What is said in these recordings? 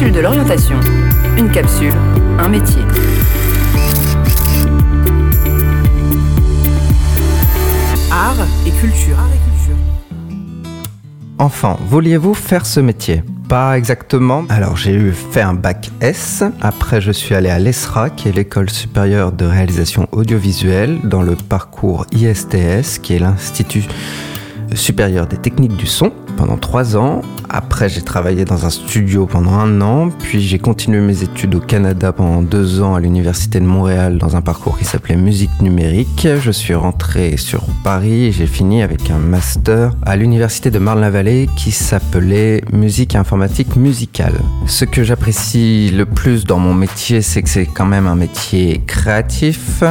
capsules de l'orientation. Une capsule, un métier. Art et culture. Enfant, vouliez-vous faire ce métier ? Pas exactement. Alors j'ai fait un bac S. Après je suis allé à l'ESRA, qui est l'école supérieure de réalisation audiovisuelle, dans le parcours ISTS, qui est l'Institut supérieur des techniques du son, pendant 3 ans. Après j'ai travaillé dans un studio pendant 1 an, puis j'ai continué mes études au Canada pendant 2 ans à l'Université de Montréal dans un parcours qui s'appelait musique numérique. Je suis rentré sur Paris et j'ai fini avec un master à l'Université de Marne-la-Vallée qui s'appelait musique et informatique musicale. Ce que j'apprécie le plus dans mon métier, c'est que c'est quand même un métier créatif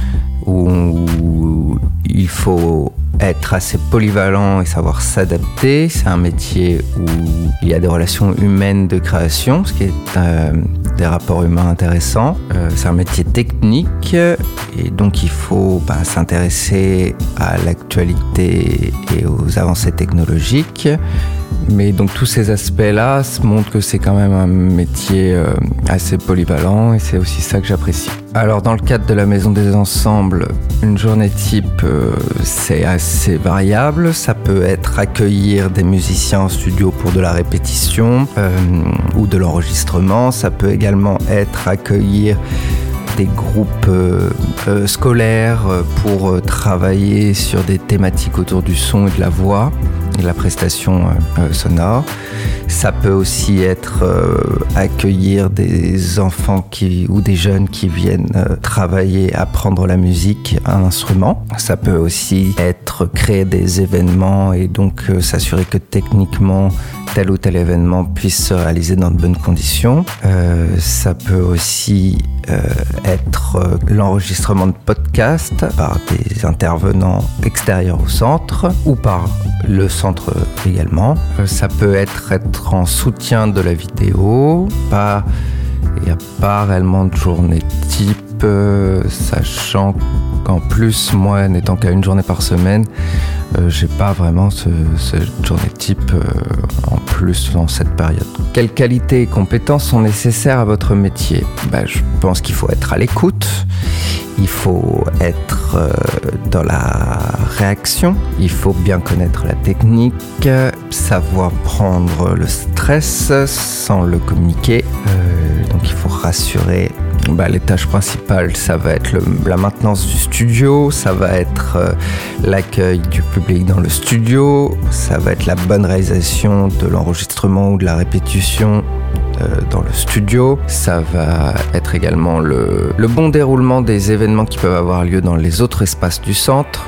où il faut être assez polyvalent et savoir s'adapter. C'est un métier où il y a des relations humaines de création, ce qui est des rapports humains intéressants. C'est un métier technique et donc il faut s'intéresser à l'actualité et aux avancées technologiques. Mais donc tous ces aspects-là montrent que c'est quand même un métier assez polyvalent et c'est aussi ça que j'apprécie. Alors dans le cadre de la Maison des Ensembles, une journée type c'est assez variable. Ça peut être accueillir des musiciens en studio pour de la répétition ou de l'enregistrement. Ça peut également être accueillir des groupes scolaires pour travailler sur des thématiques autour du son et de la voix et de la prestation sonore. Ça peut aussi être accueillir des enfants ou des jeunes qui viennent travailler, apprendre la musique, un instrument. Ça peut aussi être créer des événements et donc s'assurer que techniquement tel ou tel événement puisse se réaliser dans de bonnes conditions. Ça peut aussi être l'enregistrement de podcasts par des intervenants extérieurs au centre ou par le centre également. Ça peut être en soutien de la vidéo. Il n'y a pas réellement de journée type, sachant qu'en plus, moi, n'étant qu'à 1 journée par semaine, j'ai pas vraiment cette journée type en plus dans cette période. Quelles qualités et compétences sont nécessaires à votre métier ? Je pense qu'il faut être à l'écoute, il faut être dans la réaction, il faut bien connaître la technique, savoir prendre le stress sans le communiquer, donc il faut rassurer. Les tâches principales, ça va être la maintenance du studio, ça va être l'accueil du public dans le studio, ça va être la bonne réalisation de l'enregistrement ou de la répétition dans le studio, ça va être également le bon déroulement des événements qui peuvent avoir lieu dans les autres espaces du centre.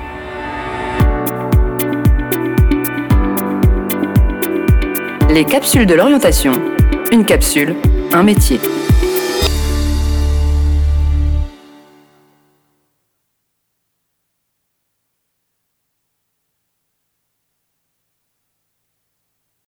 Les capsules de l'orientation. Une capsule, un métier.